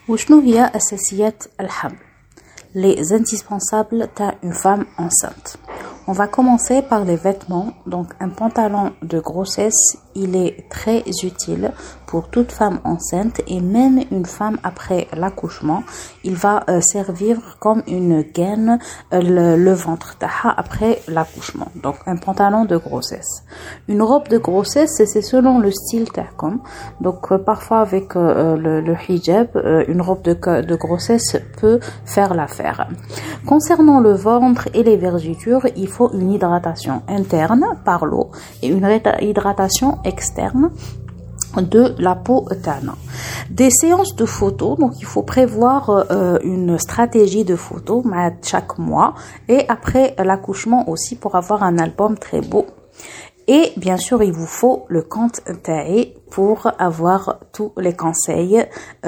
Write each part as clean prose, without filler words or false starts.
وشنو هي أساسيات الحمل les indispensables d'une femme enceinte. On va commencer par les vêtements. Donc un pantalon de grossesse, il est très utile pour toute femme enceinte et même une femme après l'accouchement. Il va servir comme une gaine le ventre après l'accouchement. Donc un pantalon de grossesse. Une robe de grossesse, c'est selon le style تاعكم. Donc parfois avec le hijab, une robe de grossesse peut faire l'affaire. Concernant le ventre et les vergetures, il faut une hydratation interne par l'eau et une hydratation externe de la peau tana. Des séances de photos, donc il faut prévoir une stratégie de photos chaque mois et après l'accouchement aussi pour avoir un album très beau. Et bien sûr, il vous faut le compte TAE pour avoir tous les conseils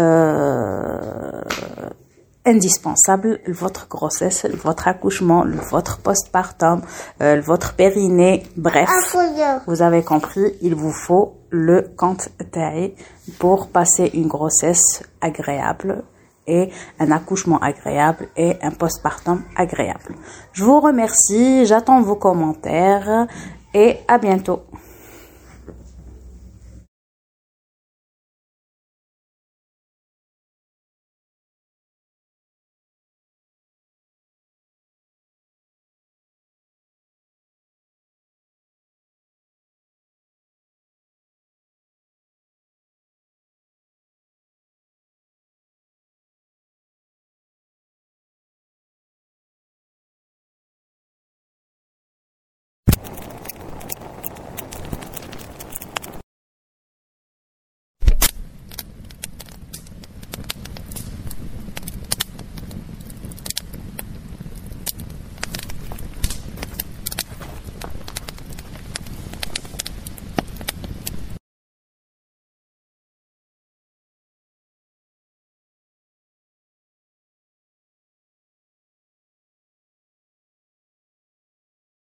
indispensable, votre grossesse, votre accouchement, votre postpartum, votre périnée, bref, vous avez compris, il vous faut le compte TAE pour passer une grossesse agréable et un accouchement agréable et un postpartum agréable. Je vous remercie, j'attends vos commentaires et à bientôt.